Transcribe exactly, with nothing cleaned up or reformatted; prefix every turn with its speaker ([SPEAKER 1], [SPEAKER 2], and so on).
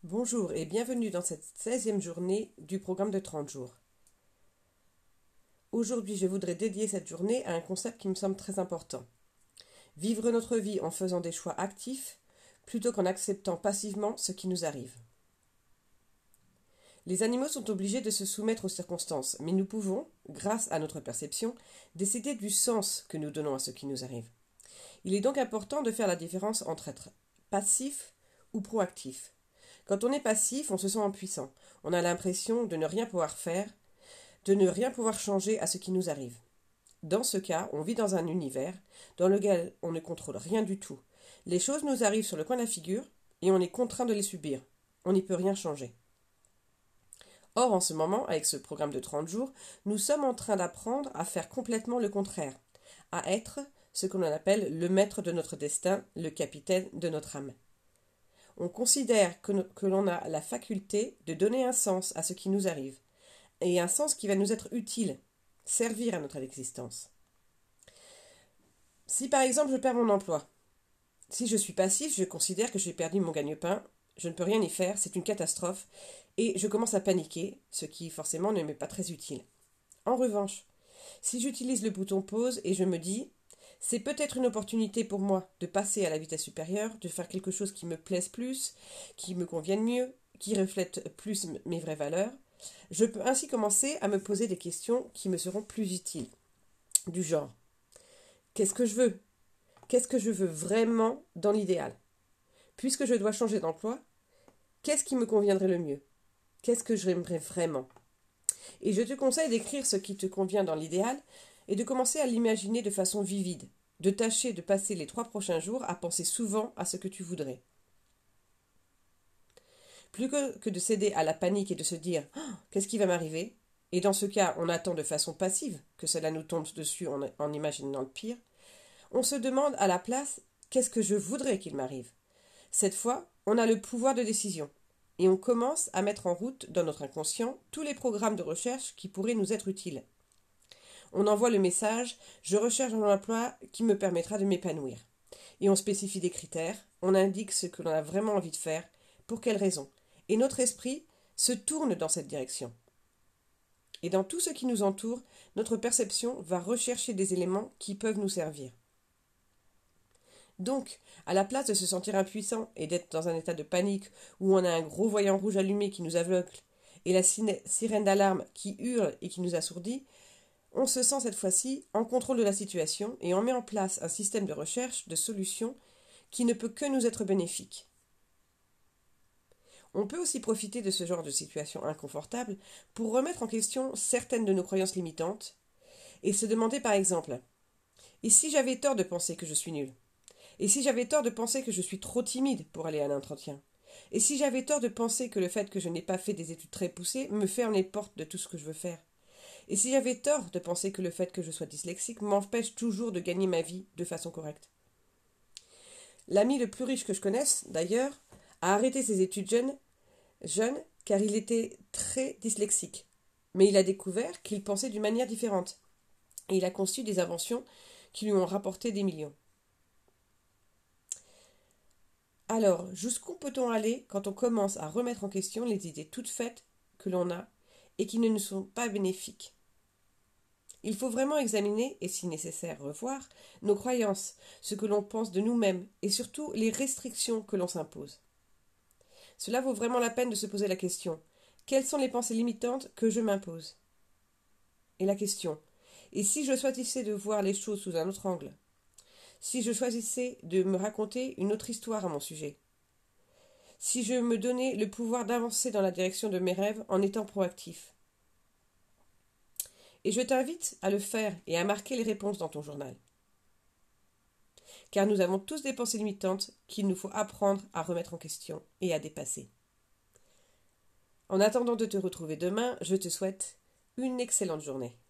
[SPEAKER 1] Bonjour et bienvenue dans cette seizième journée du programme de trente jours. Aujourd'hui, je voudrais dédier cette journée à un concept qui me semble très important. Vivre notre vie en faisant des choix actifs plutôt qu'en acceptant passivement ce qui nous arrive. Les animaux sont obligés de se soumettre aux circonstances, mais nous pouvons, grâce à notre perception, décider du sens que nous donnons à ce qui nous arrive. Il est donc important de faire la différence entre être passif ou proactif. Quand on est passif, on se sent impuissant. On a l'impression de ne rien pouvoir faire, de ne rien pouvoir changer à ce qui nous arrive. Dans ce cas, on vit dans un univers dans lequel on ne contrôle rien du tout. Les choses nous arrivent sur le coin de la figure et on est contraint de les subir. On n'y peut rien changer. Or, en ce moment, avec ce programme de trente jours, nous sommes en train d'apprendre à faire complètement le contraire, à être ce que l'on appelle le maître de notre destin, le capitaine de notre âme. On considère que, que l'on a la faculté de donner un sens à ce qui nous arrive, et un sens qui va nous être utile, servir à notre existence. Si par exemple je perds mon emploi, si je suis passif, je considère que j'ai perdu mon gagne-pain, je ne peux rien y faire, c'est une catastrophe, et je commence à paniquer, ce qui forcément ne m'est pas très utile. En revanche, si j'utilise le bouton pause et je me dis c'est peut-être une opportunité pour moi de passer à la vitesse supérieure, de faire quelque chose qui me plaise plus, qui me convienne mieux, qui reflète plus mes vraies valeurs. Je peux ainsi commencer à me poser des questions qui me seront plus utiles. Du genre, qu'est-ce que je veux ? Qu'est-ce que je veux vraiment dans l'idéal ? Puisque je dois changer d'emploi, qu'est-ce qui me conviendrait le mieux ? Qu'est-ce que j'aimerais vraiment ? Et je te conseille d'écrire ce qui te convient dans l'idéal et de commencer à l'imaginer de façon vivide, de tâcher de passer les trois prochains jours à penser souvent à ce que tu voudrais. Plus que, que de céder à la panique et de se dire oh, « qu'est-ce qui va m'arriver ?» et dans ce cas, on attend de façon passive que cela nous tombe dessus en, en imaginant le pire, on se demande à la place « qu'est-ce que je voudrais qu'il m'arrive ?» Cette fois, on a le pouvoir de décision. Et on commence à mettre en route dans notre inconscient tous les programmes de recherche qui pourraient nous être utiles. On envoie le message « Je recherche un emploi qui me permettra de m'épanouir ». Et on spécifie des critères, on indique ce que l'on a vraiment envie de faire, pour quelles raisons. Et notre esprit se tourne dans cette direction. Et dans tout ce qui nous entoure, notre perception va rechercher des éléments qui peuvent nous servir. Donc, à la place de se sentir impuissant et d'être dans un état de panique où on a un gros voyant rouge allumé qui nous aveugle et la sirène d'alarme qui hurle et qui nous assourdit, on se sent cette fois-ci en contrôle de la situation et on met en place un système de recherche de solutions qui ne peut que nous être bénéfique. On peut aussi profiter de ce genre de situation inconfortable pour remettre en question certaines de nos croyances limitantes et se demander par exemple « Et si j'avais tort de penser que je suis nul ? Et si j'avais tort de penser que je suis trop timide pour aller à un entretien ? Et si j'avais tort de penser que le fait que je n'ai pas fait des études très poussées me ferme les portes de tout ce que je veux faire ? Et si j'avais tort de penser que le fait que je sois dyslexique m'empêche toujours de gagner ma vie de façon correcte ? L'ami le plus riche que je connaisse, d'ailleurs, a arrêté ses études jeunes, jeune car il était très dyslexique. Mais il a découvert qu'il pensait d'une manière différente. Et il a conçu des inventions qui lui ont rapporté des millions. Alors, jusqu'où peut-on aller quand on commence à remettre en question les idées toutes faites que l'on a et qui ne nous sont pas bénéfiques ? Il faut vraiment examiner, et si nécessaire revoir, nos croyances, ce que l'on pense de nous-mêmes et surtout les restrictions que l'on s'impose. Cela vaut vraiment la peine de se poser la question « Quelles sont les pensées limitantes que je m'impose ?» Et la question « Et si je choisissais de voir les choses sous un autre angle ? Si je choisissais de me raconter une autre histoire à mon sujet ? Si je me donnais le pouvoir d'avancer dans la direction de mes rêves en étant proactif ? » Et je t'invite à le faire et à marquer les réponses dans ton journal. Car nous avons tous des pensées limitantes qu'il nous faut apprendre à remettre en question et à dépasser. En attendant de te retrouver demain, je te souhaite une excellente journée.